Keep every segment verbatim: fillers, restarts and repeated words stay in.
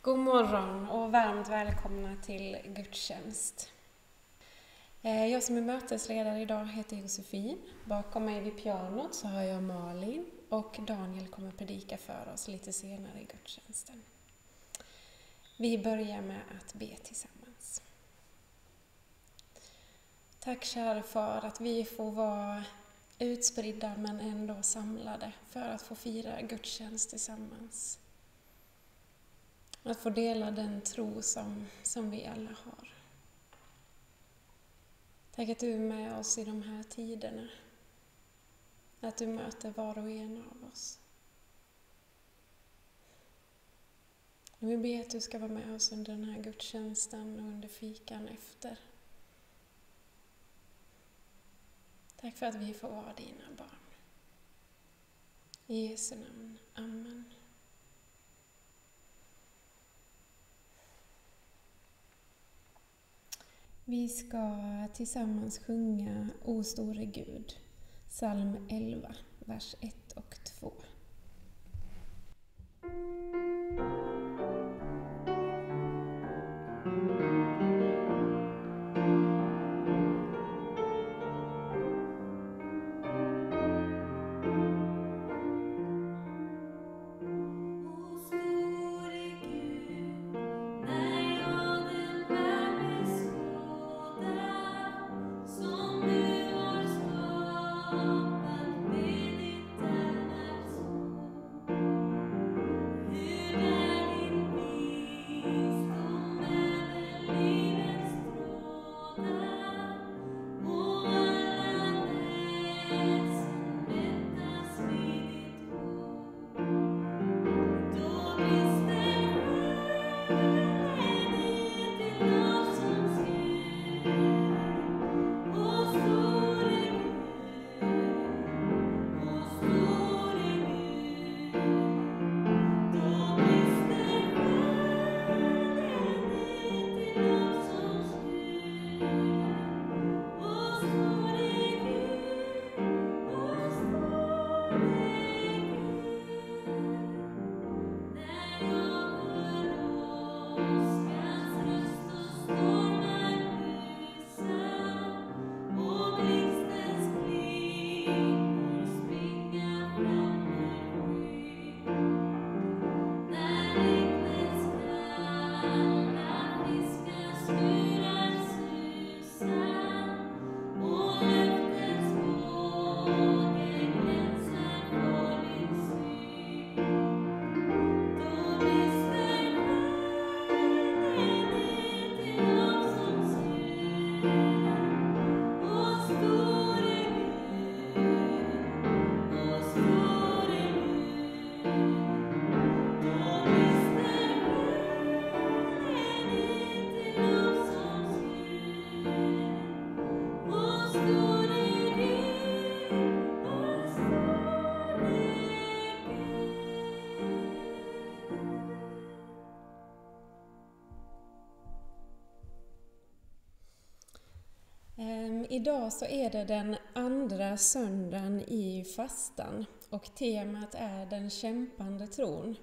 God morgon och varmt välkomna till gudstjänst. Jag som är mötesledare idag heter Josefin. Bakom mig vid pianot så har jag Malin och Daniel kommer predika för oss lite senare i gudstjänsten. Vi börjar med att be tillsammans. Tack kära Far att vi får vara utspridda men ändå samlade för att få fira gudstjänst tillsammans. Att få dela den tro som, som vi alla har. Tack att du är med oss i de här tiderna. Att du möter var och en av oss. Och vi ber att du ska vara med oss under den här gudstjänsten och under fikan efter. Tack för att vi får vara dina barn. I Jesu namn. Amen. Vi ska tillsammans sjunga O store Gud, psalm elva, vers ett och två. Idag så är det den andra söndagen i fastan och temat är den kämpande tron.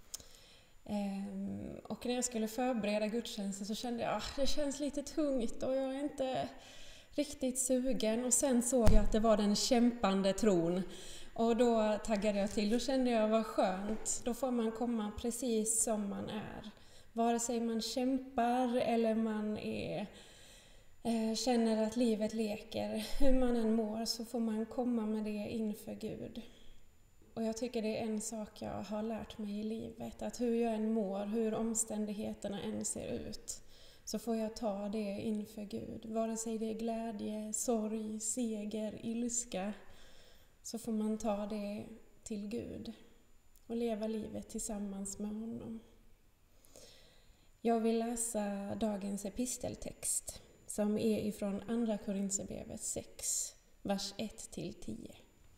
Och när jag skulle förbereda gudstjänsten så kände jag att det känns lite tungt och jag är inte riktigt sugen. Och sen såg jag att det var den kämpande tron och då taggade jag till. Då kände jag vad skönt, då får man komma precis som man är. Vare sig man kämpar eller man är... känner att livet leker, hur man än mår så får man komma med det inför Gud. Och jag tycker det är en sak jag har lärt mig i livet, att hur jag än mår, hur omständigheterna än ser ut, så får jag ta det inför Gud. Vare sig det är glädje, sorg, seger, ilska, så får man ta det till Gud och leva livet tillsammans med honom. Jag vill läsa dagens episteltext som är ifrån andra Korinthierbrevet sex, vers ett till tio.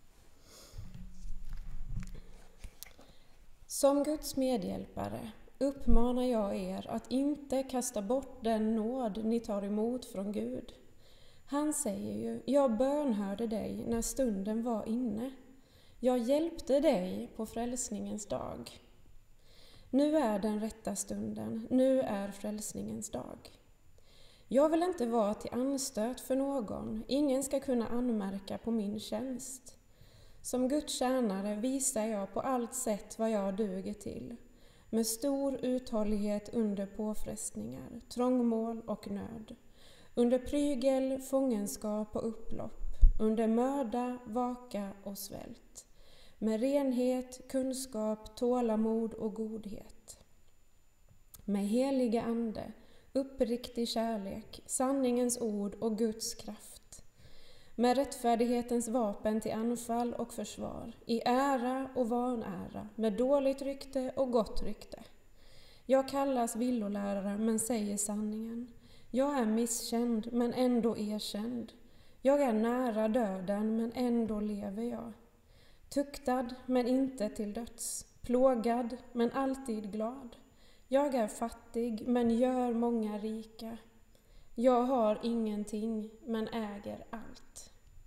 Som Guds medhjälpare uppmanar jag er att inte kasta bort den nåd ni tar emot från Gud. Han säger ju, jag bönhörde dig när stunden var inne. Jag hjälpte dig på frälsningens dag. Nu är den rätta stunden, nu är frälsningens dag. Jag vill inte vara till anstöt för någon, ingen ska kunna anmärka på min tjänst. Som Guds tjänare visar jag på allt sätt vad jag duger till, med stor uthållighet under påfrestningar, trångmål och nöd, under prygel, fångenskap och upplopp, under möda, vaka och svält, med renhet, kunskap, tålamod och godhet, med heliga ande, uppriktig kärlek, sanningens ord och Guds kraft, med rättfärdighetens vapen till anfall och försvar, i ära och vanära, med dåligt rykte och gott rykte. Jag kallas villolärare men säger sanningen. Jag är misskänd men ändå erkänd. Jag är nära döden men ändå lever jag. Tuktad men inte till döds, plågad men alltid glad. Jag är fattig men gör många rika. Jag har ingenting men äger allt.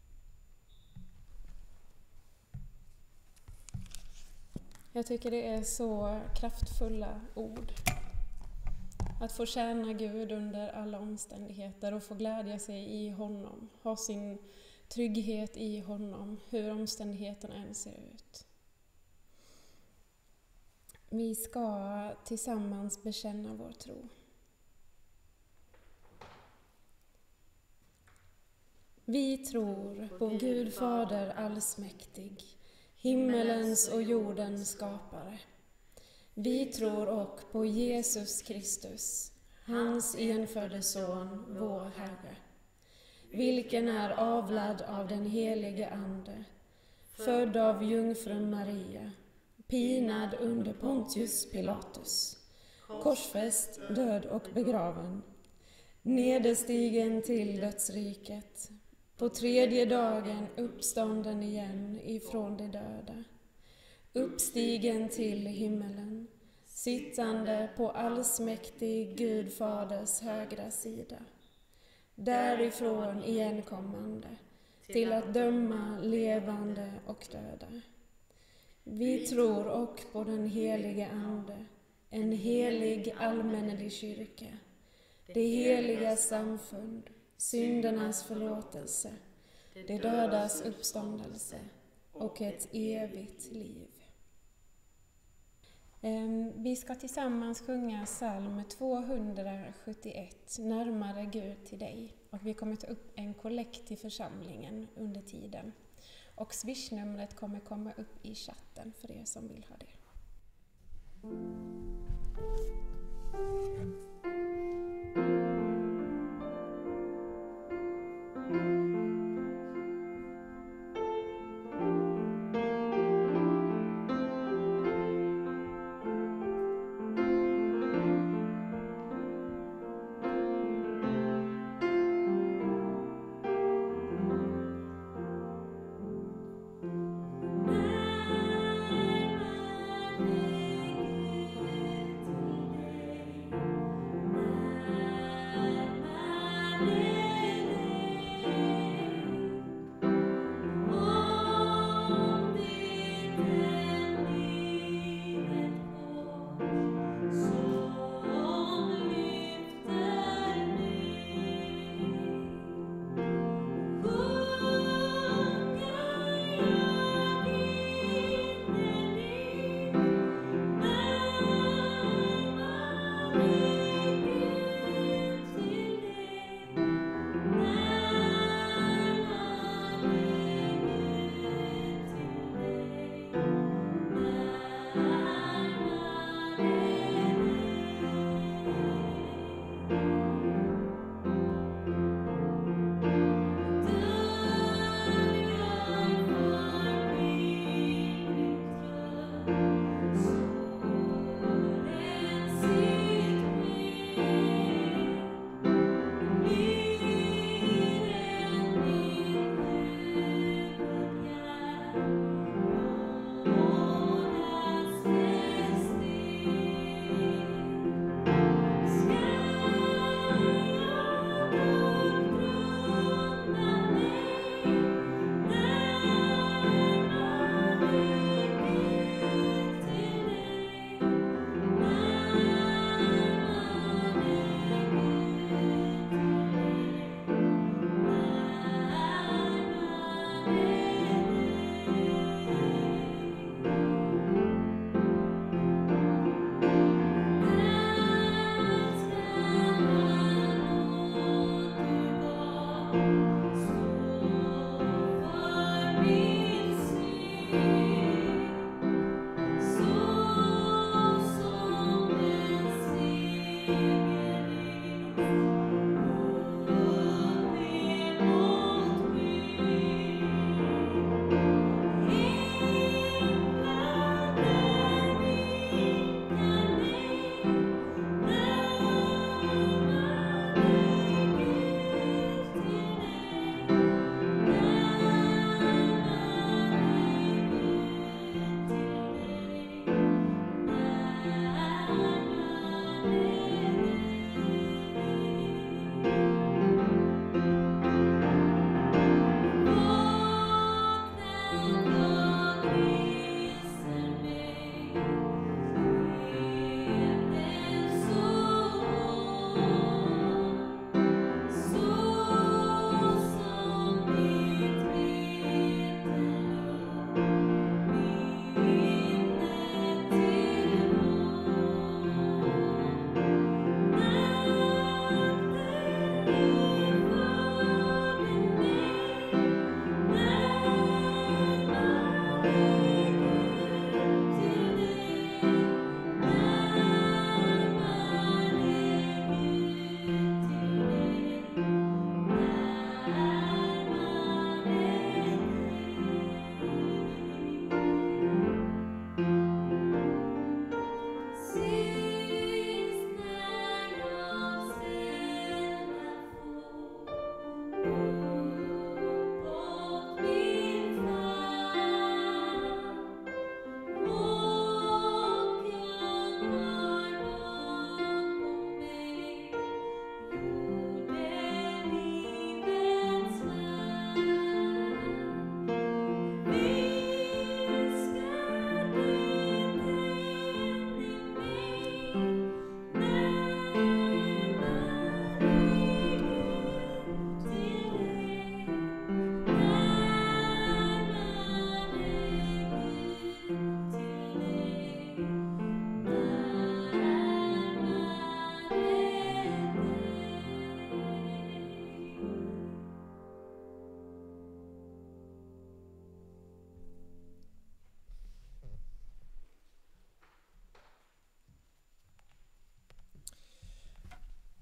Jag tycker det är så kraftfulla ord. Att få tjäna Gud under alla omständigheter och få glädja sig i honom. Ha sin trygghet i honom, hur omständigheterna än ser ut. Vi ska tillsammans bekänna vår tro. Vi tror på Gud Fader allsmäktig, himmelens och jordens skapare. Vi tror och på Jesus Kristus, hans enfödde son, vår Herre, vilken är avlad av den helige Ande, född av jungfrun Maria, pinad under Pontius Pilatus, korsfäst, död och begraven, nederstigen till dödsriket, på tredje dagen uppstånden igen ifrån de döda, uppstigen till himmelen, sittande på allsmäktig Gud Faders högra sida, därifrån igenkommande till att döma levande och döda. Vi tror och på den helige Ande, en helig allmännelig kyrka, det heliga samfund, syndernas förlåtelse, det dödas uppståndelse och ett evigt liv. Vi ska tillsammans sjunga psalm tvåhundrasjuttioett, närmare Gud till dig. Och vi kommer ta upp en kollekt till församlingen under tiden. Och swishnumret kommer komma upp i chatten för er som vill ha det. Närmare Gud till dig.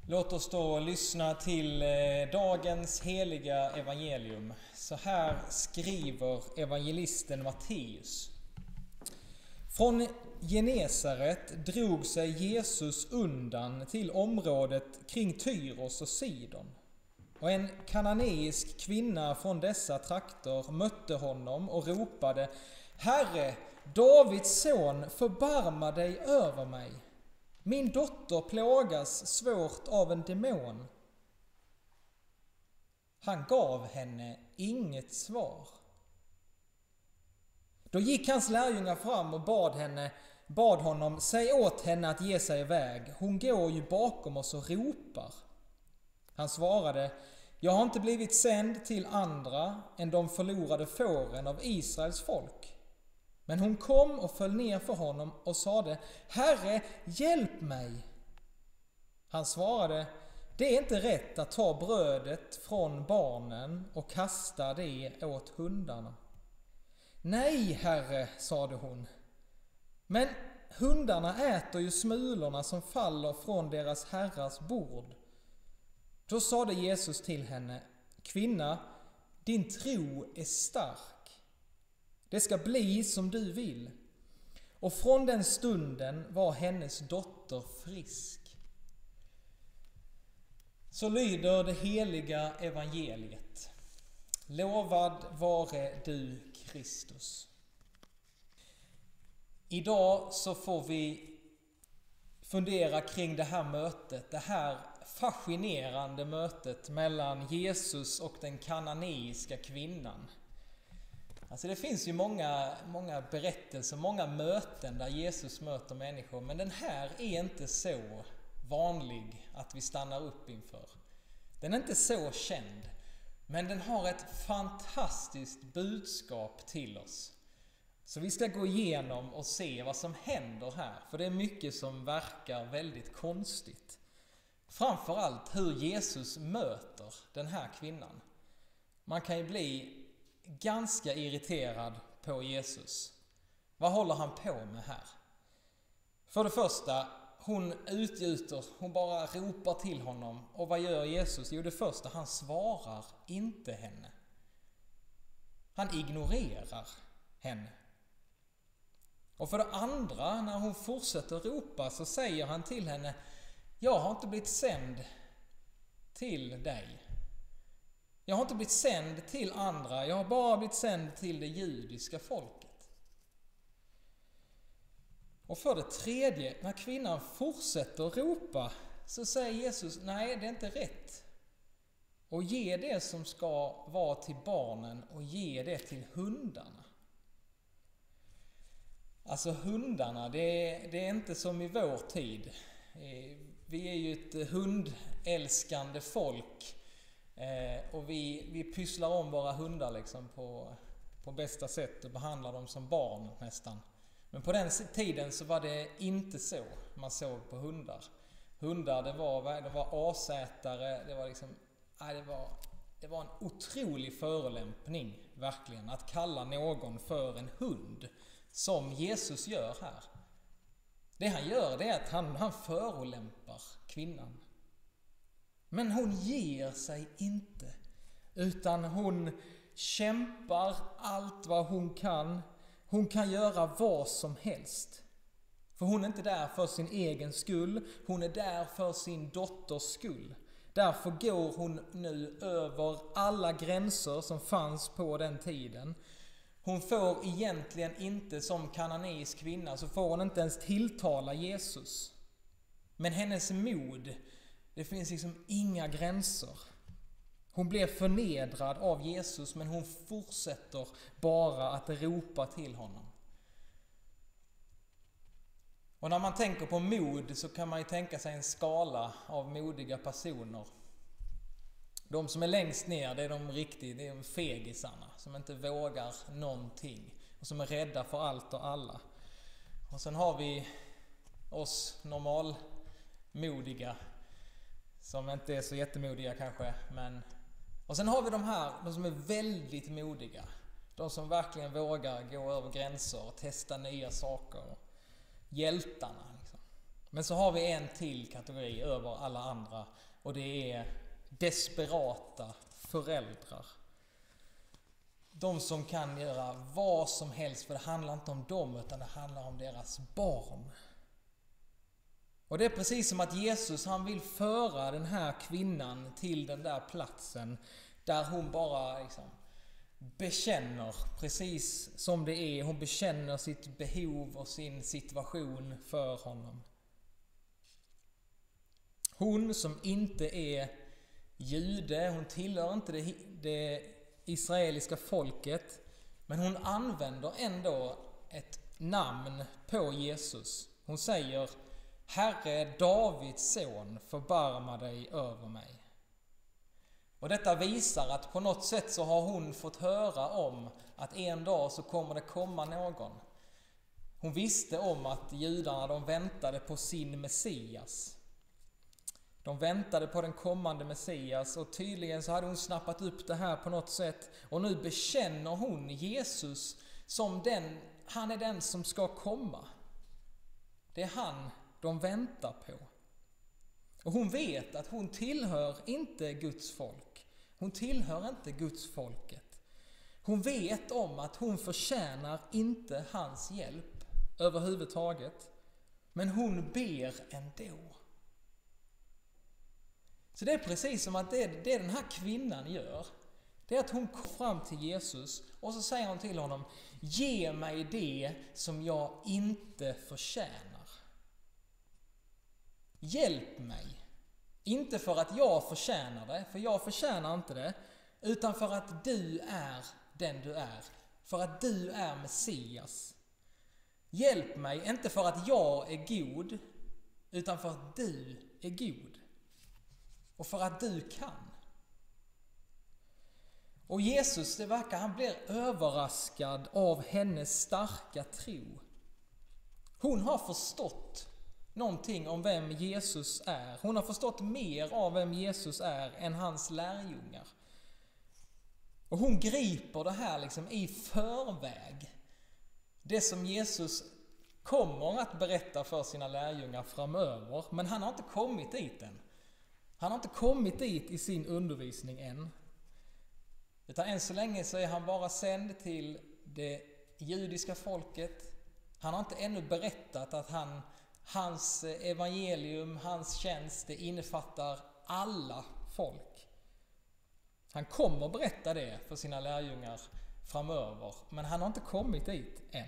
Låt oss då lyssna till dagens heliga evangelium. Så här skriver evangelisten Matteus. Från Genesaret drog sig Jesus undan till området kring Tyros och Sidon. Och en kananeisk kvinna från dessa trakter mötte honom och ropade: Herre, Davids son, förbarma dig över mig. Min dotter plågas svårt av en demon. Han gav henne inget svar. Då gick hans lärjungar fram och bad henne, bad honom, säg åt henne att ge sig iväg. Hon går ju bakom oss och ropar. Han svarade, jag har inte blivit sänd till andra än de förlorade fåren av Israels folk. Men hon kom och föll ner för honom och sade, Herre, hjälp mig. Han svarade, det är inte rätt att ta brödet från barnen och kasta det åt hundarna. Nej, Herre, sade hon. Men hundarna äter ju smulorna som faller från deras herrars bord. Då sade Jesus till henne, kvinna, din tro är stark. Det ska bli som du vill. Och från den stunden var hennes dotter frisk. Så lyder det heliga evangeliet. Lovad vare du, Kristus. Idag så får vi fundera kring det här mötet, det här fascinerande mötet mellan Jesus och den kananeiska kvinnan. Alltså det finns ju många, många berättelser, många möten där Jesus möter människor, men den här är inte så vanlig att vi stannar upp inför. Den är inte så känd, men den har ett fantastiskt budskap till oss. Så vi ska gå igenom och se vad som händer här, för det är mycket som verkar väldigt konstigt. Framförallt hur Jesus möter den här kvinnan. Man kan ju bli ganska irriterad på Jesus. Vad håller han på med här? För det första, hon utgjuter, hon bara ropar till honom. Och vad gör Jesus? Jo, det första, han svarar inte henne. Han ignorerar henne. Och för det andra, när hon fortsätter ropa så säger han till henne, jag har inte blivit sänd till dig. Jag har inte blivit sänd till andra, jag har bara blivit sänd till det judiska folket. Och för det tredje, när kvinnan fortsätter ropa så säger Jesus, nej det är inte rätt. Och ge det som ska vara till barnen och ge det till hundarna. Alltså hundarna, det är, det är inte som i vår tid. Vi är ju ett hundälskande folk. Eh, och vi, vi pysslar om våra hundar liksom på, på bästa sätt och behandlar dem som barn nästan. Men på den tiden så var det inte så man såg på hundar. Hundar, det var, det var asätare, det var liksom, nej, det var, det var en otrolig förolämpning verkligen att kalla någon för en hund som Jesus gör här. Det han gör det är att han, han förolämpar kvinnan. Men hon ger sig inte, utan hon kämpar allt vad hon kan. Hon kan göra vad som helst. För hon är inte där för sin egen skull, hon är där för sin dotters skull. Därför går hon nu över alla gränser som fanns på den tiden. Hon får egentligen inte, som kananeisk kvinna, så får hon inte ens tilltala Jesus. Men hennes mod, det finns liksom inga gränser. Hon blir förnedrad av Jesus, men hon fortsätter bara att ropa till honom. Och när man tänker på mod så kan man ju tänka sig en skala av modiga personer. De som är längst ner, det är de riktigt, det är de fegisarna som inte vågar någonting och som är rädda för allt och alla. Och sen har vi oss normalmodiga som inte är så jättemodiga kanske, men och sen har vi de här, de som är väldigt modiga. De som verkligen vågar gå över gränser och testa nya saker. Hjältarna liksom. Men så har vi en till kategori över alla andra, och det är desperata föräldrar. De som kan göra vad som helst, för det handlar inte om dem utan det handlar om deras barn. Och det är precis som att Jesus, han vill föra den här kvinnan till den där platsen där hon bara liksom bekänner precis som det är. Hon bekänner sitt behov och sin situation för honom. Hon som inte är jude, hon tillhör inte det, det israeliska folket, men hon använder ändå ett namn på Jesus. Hon säger: Herre, Davids son, förbarma dig över mig. Och detta visar att på något sätt så har hon fått höra om att en dag så kommer det komma någon. Hon visste om att judarna, de väntade på sin Messias. De väntade på den kommande Messias, och tydligen så hade hon snappat upp det här på något sätt. Och nu bekänner hon Jesus som den, han är den som ska komma. Det är han de väntar på. Och hon vet att hon tillhör inte Guds folk. Hon tillhör inte Guds folket. Hon vet om att hon förtjänar inte hans hjälp överhuvudtaget. Men hon ber ändå. Så det är precis som att det, det den här kvinnan gör, det är att hon kommer fram till Jesus och så säger hon till honom: ge mig det som jag inte förtjänar. Hjälp mig. Inte för att jag förtjänar det, för jag förtjänar inte det, utan för att du är den du är. För att du är Messias. Hjälp mig, inte för att jag är god, utan för att du är god. Och för att du kan. Och Jesus, det verkar, han blir överraskad av hennes starka tro. Hon har förstått någonting om vem Jesus är. Hon har förstått mer av vem Jesus är än hans lärjungar. Och hon griper det här liksom i förväg. Det som Jesus kommer att berätta för sina lärjungar framöver. Men han har inte kommit dit än. Han har inte kommit dit i sin undervisning än. Utan än så länge så är han bara sänd till det judiska folket. Han har inte ännu berättat att han, hans evangelium, hans tjänst, det innefattar alla folk. Han kommer berätta det för sina lärjungar framöver, men han har inte kommit dit än.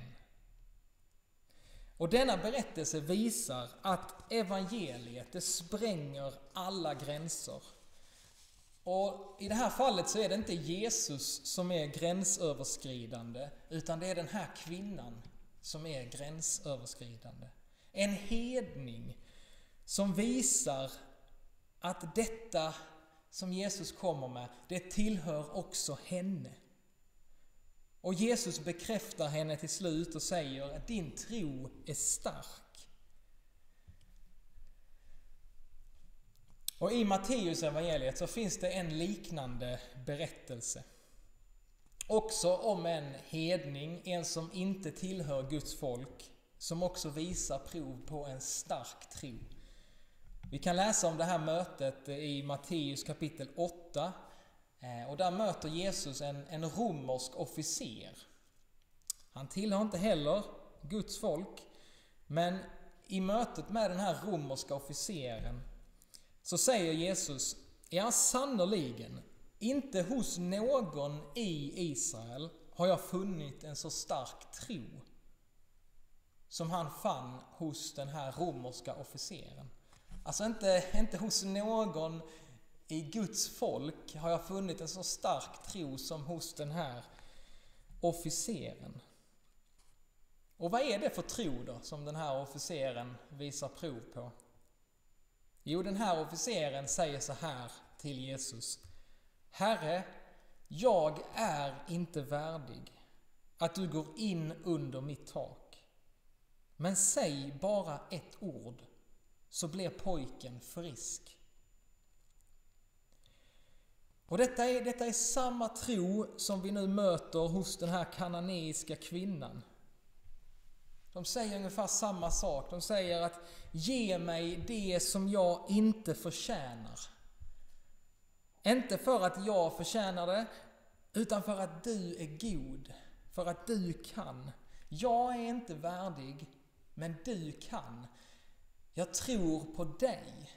Och denna berättelse visar att evangeliet, det spränger alla gränser. Och i det här fallet så är det inte Jesus som är gränsöverskridande, utan det är den här kvinnan som är gränsöverskridande. En hedning som visar att detta som Jesus kommer med, det tillhör också henne. Och Jesus bekräftar henne till slut och säger att din tro är stark. Och i Matteus evangeliet så finns det en liknande berättelse. Också om en hedning, en som inte tillhör Guds folk, som också visar prov på en stark tro. Vi kan läsa om det här mötet i Matteus kapitel åtta. Och där möter Jesus en, en romersk officer. Han tillhör inte heller Guds folk, men i mötet med den här romerska officeren så säger Jesus: ja, sannoliken, inte hos någon i Israel har jag funnit en så stark tro som han fann hos den här romerska officeren. Alltså inte, inte hos någon i Guds folk har jag funnit en så stark tro som hos den här officeren. Och vad är det för tro då som den här officeren visar prov på? Jo, den här officeren säger så här till Jesus: Herre, jag är inte värdig att du går in under mitt tak. Men säg bara ett ord så blir pojken frisk. Och detta är, detta är samma tro som vi nu möter hos den här kananeiska kvinnan. De säger ungefär samma sak. De säger att ge mig det som jag inte förtjänar. Inte för att jag förtjänar det, utan för att du är god. För att du kan. Jag är inte värdig, men du kan. Jag tror på dig.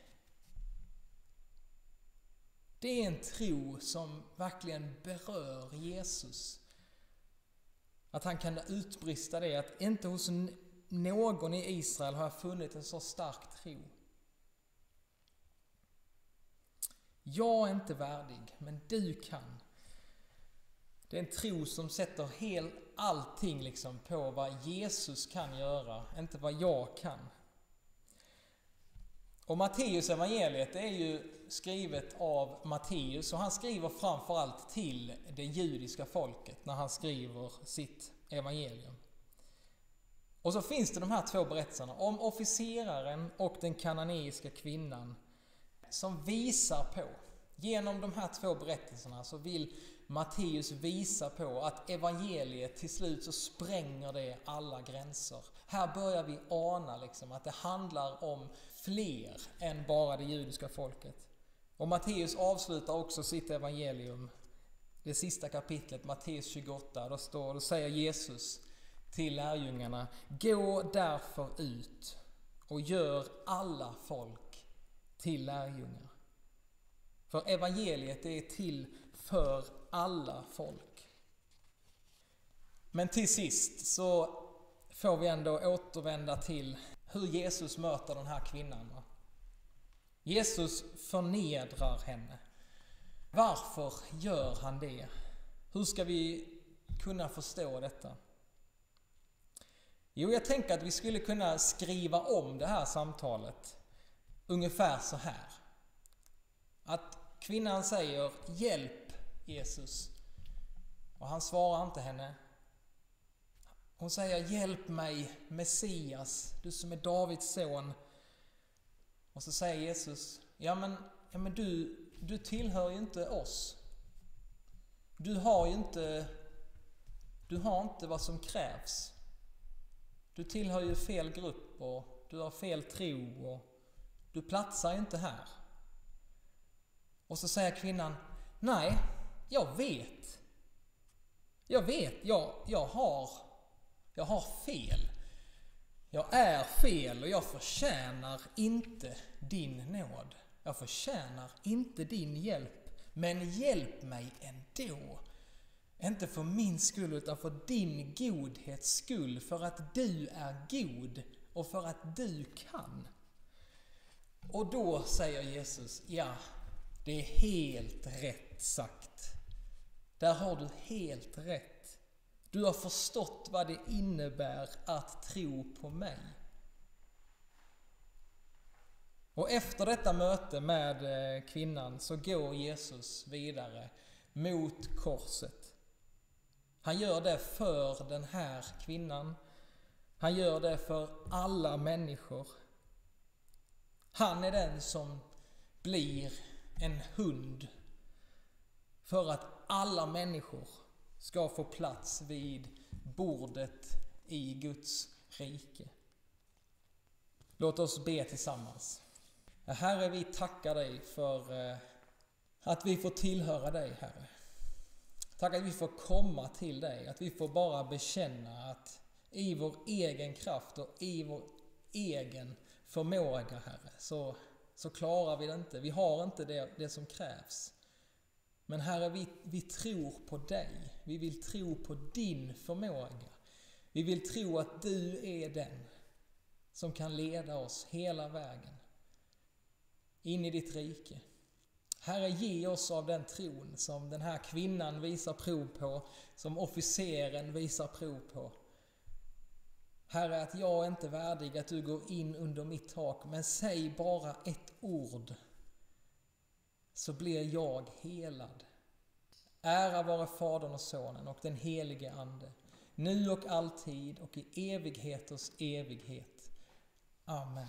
Det är en tro som verkligen berör Jesus. Att han kan utbrista det, att inte hos någon i Israel har jag funnit en så stark tro. Jag är inte värdig, men du kan. Det är en tro som sätter hel, allting liksom på vad Jesus kan göra, inte vad jag kan. Och Matteus evangeliet är ju skrivet av Matteus, och han skriver framförallt till det judiska folket när han skriver sitt evangelium. Och så finns det de här två berättelserna om officeraren och den kananeiska kvinnan som visar på, genom de här två berättelserna så vill Matteus visa på att evangeliet till slut så spränger det alla gränser. Här börjar vi ana liksom att det handlar om fler än bara det judiska folket. Och Matteus avslutar också sitt evangelium, det sista kapitlet, Matteus tjugoåtta, då, står, då säger Jesus till lärjungarna: gå därför ut och gör alla folk till lärjungar. För evangeliet är till för alla folk. Men till sist så får vi ändå återvända till hur Jesus möter den här kvinnan. Jesus förnedrar henne. Varför gör han det? Hur ska vi kunna förstå detta? Jo, jag tänker att vi skulle kunna skriva om det här samtalet ungefär så här. Att kvinnan säger: hjälp Jesus. Och han svarar inte henne. Hon säger: hjälp mig Messias, du som är Davids son. Och så säger Jesus: ja men, ja, men du, du tillhör ju inte oss. Du har ju inte, du har inte vad som krävs. Du tillhör ju fel grupp och du har fel tro och du platsar inte här. Och så säger kvinnan: nej, jag vet. Jag vet, jag, jag har, jag har fel. Jag är fel och jag förtjänar inte din nåd. Jag förtjänar inte din hjälp. Men hjälp mig ändå. Inte för min skull utan för din godhets skull. För att du är god och för att du kan. Och då säger Jesus: ja, det är helt rätt sagt. Där har du helt rätt. Du har förstått vad det innebär att tro på mig. Och efter detta möte med kvinnan så går Jesus vidare mot korset. Han gör det för den här kvinnan. Han gör det för alla människor. Han är den som blir en hund för att alla människor ska få plats vid bordet i Guds rike. Låt oss be tillsammans. Herre, vi tackar dig för att vi får tillhöra dig, Herre. Tack att vi får komma till dig, att vi får bara bekänna att i vår egen kraft och i vår egen förmåga, Herre, så, så klarar vi det inte. Vi har inte det, det som krävs. Men Herre, vi, vi tror på dig. Vi vill tro på din förmåga. Vi vill tro att du är den som kan leda oss hela vägen in i ditt rike. Herre, ge oss av den tron som den här kvinnan visar prov på, som officeren visar prov på. Herre, att jag är inte värdig att du går in under mitt tak, men säg bara ett ord så blir jag helad. Ära vare Fadern och Sonen och den helige Ande, nu och alltid och i evigheters evighet. Amen.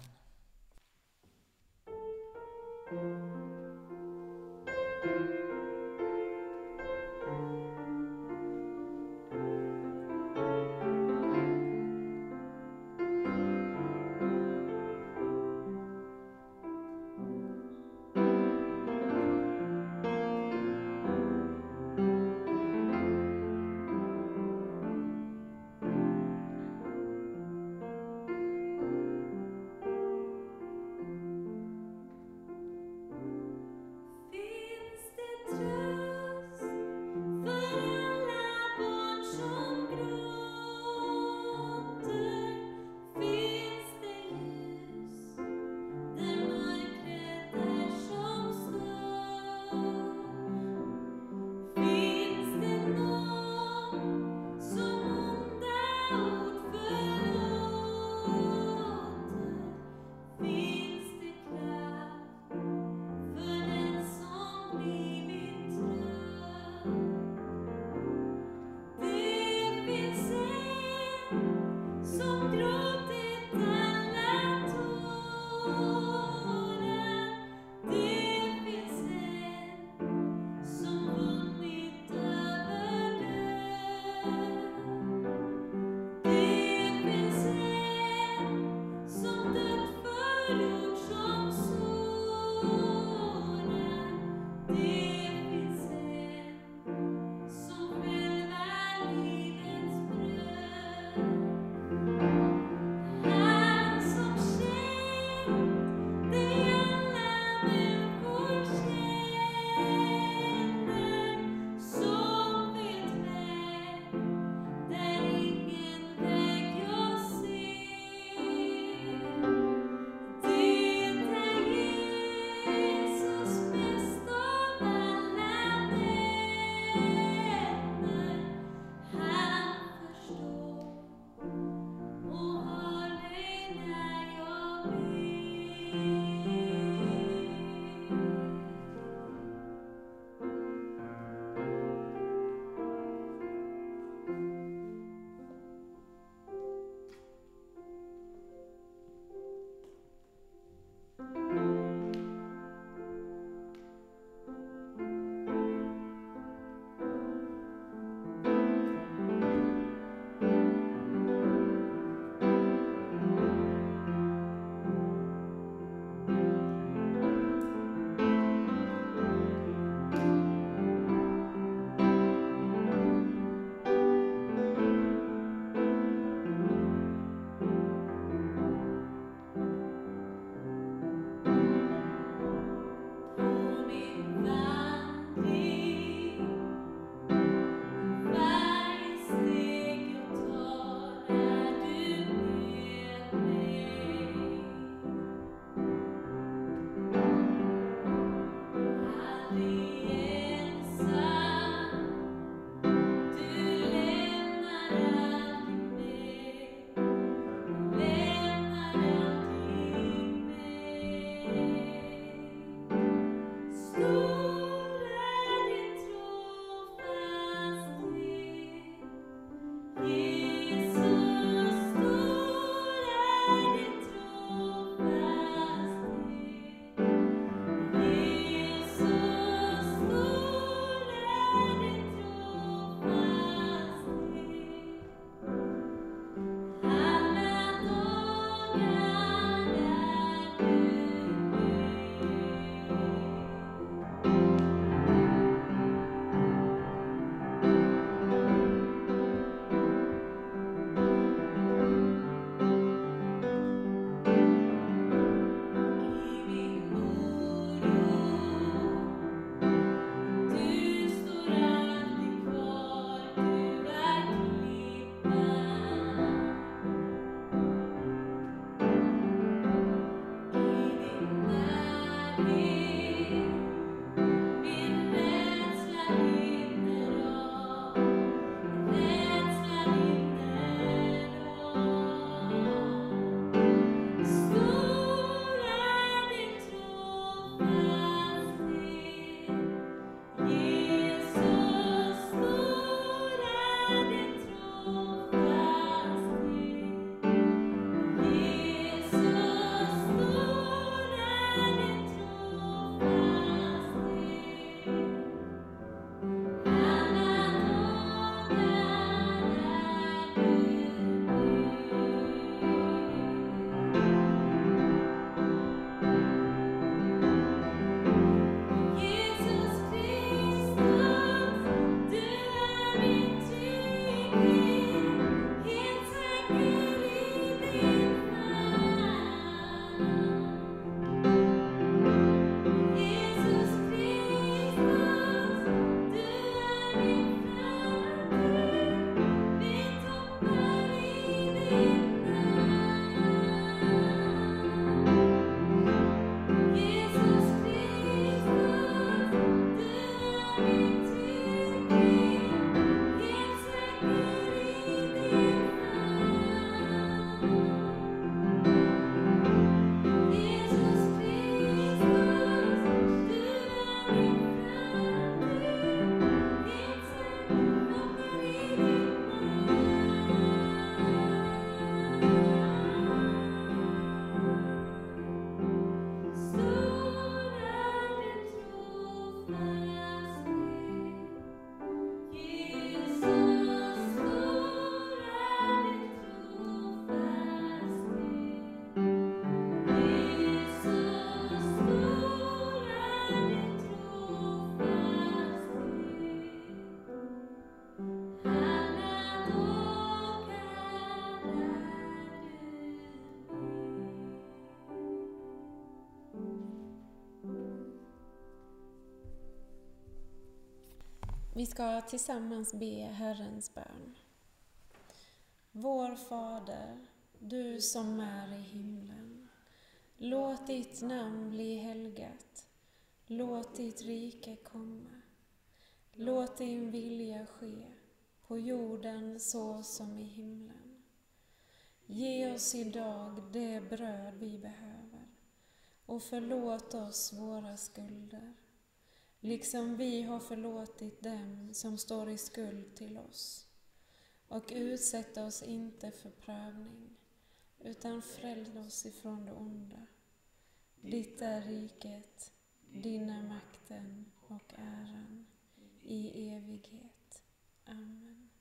Vi ska tillsammans be Herrens bön. Vår Fader, du som är i himlen. Låt ditt namn bli helgat. Låt ditt rike komma. Låt din vilja ske på jorden så som i himlen. Ge oss idag det bröd vi behöver och förlåt oss våra skulder, liksom vi har förlåtit dem som står i skuld till oss. Och utsätt oss inte för prövning, utan fräls oss ifrån det onda. Ditt är riket, din är makten och äran i evighet. Amen.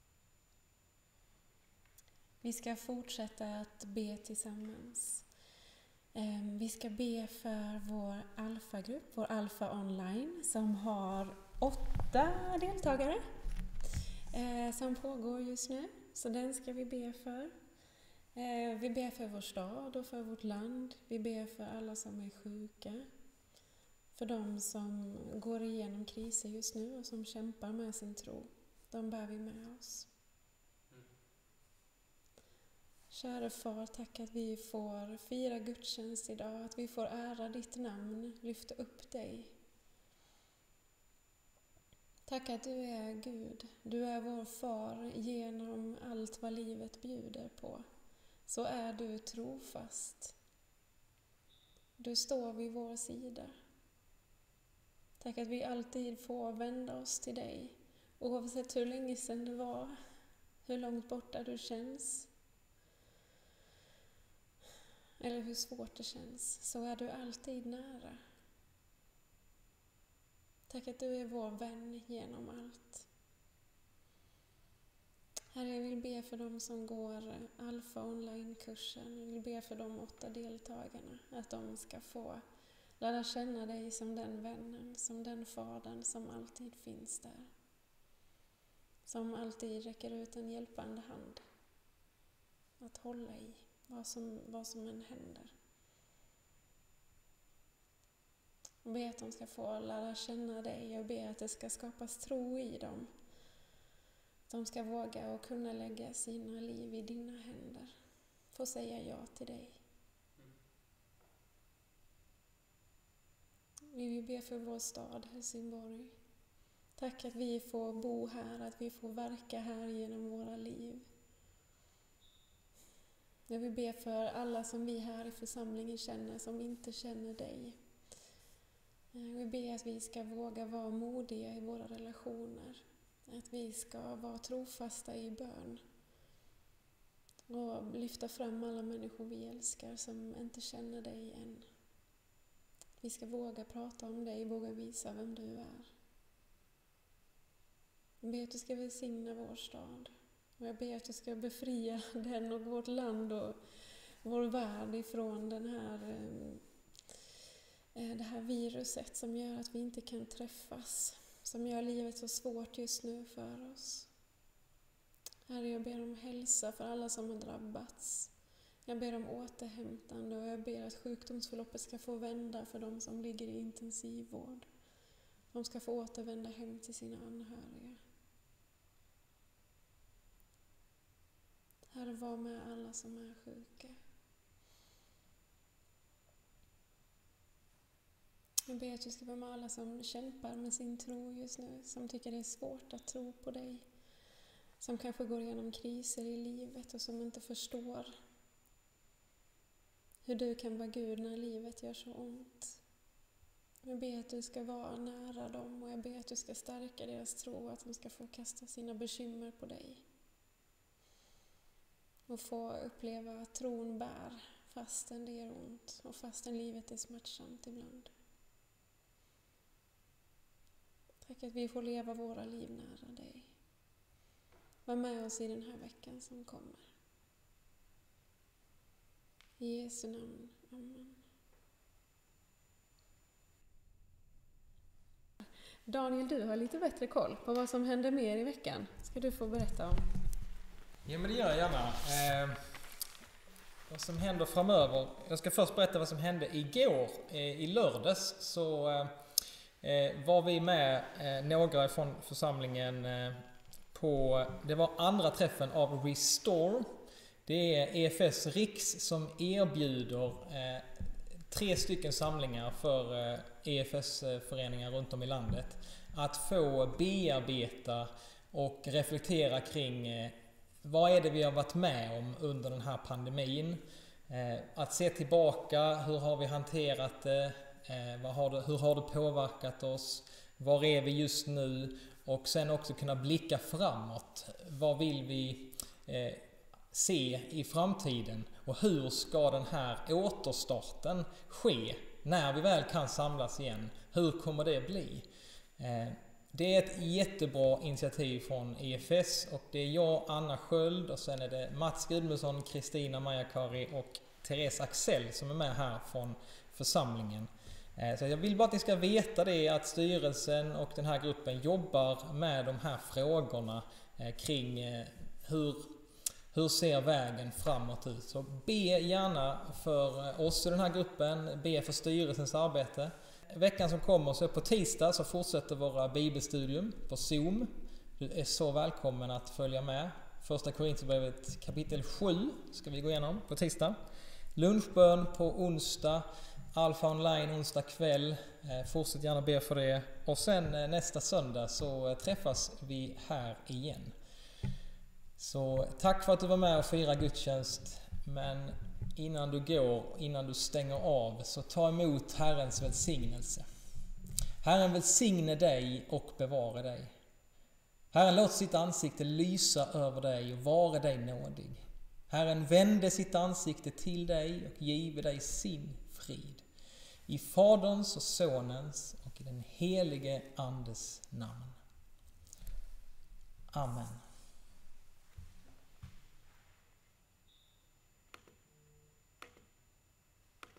Vi ska fortsätta att be tillsammans. Vi ska be för vår alfagrupp, vår alfa online, som har åtta deltagare som pågår just nu. Så den ska vi be för. Vi ber för vår stad och för vårt land. Vi ber för alla som är sjuka. För de som går igenom kriser just nu och som kämpar med sin tro. De bär vi med oss. Kära far, tack att vi får fira gudstjänst idag, att vi får ära ditt namn, lyfta upp dig. Tack att du är Gud, du är vår far genom allt vad livet bjuder på. Så är du trofast. Du står vid vår sida. Tack att vi alltid får vända oss till dig, oavsett hur länge sedan det var, hur långt borta du känns. Eller hur svårt det känns, så är du alltid nära. Tack att du är vår vän genom allt. Herre, jag vill be för dem som går Alfa online-kursen. Jag vill be för de åtta deltagarna, att de ska få lära känna dig som den vännen, som den fadern som alltid finns där. Som alltid räcker ut en hjälpande hand att hålla i. Vad som, vad som än händer. Jag ber att de ska få lära känna dig. Jag ber att det ska skapas tro i dem. De ska våga och kunna lägga sina liv i dina händer. Få säga ja till dig. Vi vill be för vår stad Helsingborg. Tack att vi får bo här, att vi får verka här genom våra liv. Jag vill be för alla som vi här i församlingen känner som inte känner dig. Jag vill be att vi ska våga vara modiga i våra relationer. Att vi ska vara trofasta i bön. Och lyfta fram alla människor vi älskar som inte känner dig än. Vi ska våga prata om dig, våga visa vem du är. Jag ber att du ska välsigna vår stad. Och jag ber att du ska befria den och vårt land och vår värld ifrån den här, det här viruset som gör att vi inte kan träffas. Som gör livet så svårt just nu för oss. Herre, jag ber om hälsa för alla som har drabbats. Jag ber om återhämtande och jag ber att sjukdomsförloppet ska få vända för de som ligger i intensivvård. De ska få återvända hem till sina anhöriga. Herre, var med alla som är sjuka. Jag ber att du ska vara med alla som kämpar med sin tro just nu. Som tycker det är svårt att tro på dig. Som kanske går igenom kriser i livet och som inte förstår hur du kan vara Gud när livet gör så ont. Jag ber att du ska vara nära dem och jag ber att du ska stärka deras tro. Att de ska få kasta sina bekymmer på dig. Och få uppleva att tron bär fastän det gör ont och fastän livet är smärtsamt ibland. Tack att vi får leva våra liv nära dig. Var med oss i den här veckan som kommer. I Jesu namn. Amen. Daniel, du har lite bättre koll på vad som händer mer i veckan. Ska du få berätta om? Ja, men det gör jag gärna. Eh, vad som händer framöver. Jag ska först berätta vad som hände igår. Eh, I lördags så eh, var vi med eh, några från församlingen eh, på, det var andra träffen av Restore. Det är E F S Riks som erbjuder eh, tre stycken samlingar för eh, E F S-föreningar runt om i landet. Att få bearbeta och reflektera kring eh, vad är det vi har varit med om under den här pandemin. Eh, att se tillbaka, hur har vi hanterat det, eh, vad har det, hur har det påverkat oss, var är vi just nu, och sen också kunna blicka framåt. Vad vill vi eh, se i framtiden och hur ska den här återstarten ske när vi väl kan samlas igen? Hur kommer det bli? Eh, det är ett jättebra initiativ från E F S och det är jag, Anna Sköld, och sen är det Mats Gudmundsson, Kristina Majakari och Therese Axel som är med här från församlingen. Eh, så jag vill bara att ni ska veta det, att styrelsen och den här gruppen jobbar med de här frågorna eh, kring eh, hur Hur ser vägen framåt ut? Så be gärna för oss i den här gruppen, be för styrelsens arbete. Veckan som kommer, så på tisdag, så fortsätter våra bibelstudium på Zoom. Du är så välkommen att följa med. Första Korinthierbrevet kapitel sju ska vi gå igenom på tisdag. Lunchbön på onsdag, Alfa online onsdag kväll. Fortsätt gärna be för det. Och sen nästa söndag så träffas vi här igen. Så tack för att du var med och firade gudstjänst, men innan du går, innan du stänger av, så ta emot Herrens välsignelse. Herren välsigne dig och bevara dig. Herren låt sitt ansikte lysa över dig och vara dig nådig. Herren vände sitt ansikte till dig och give dig sin frid. I Faderns och Sonens och i den helige Andes namn. Amen.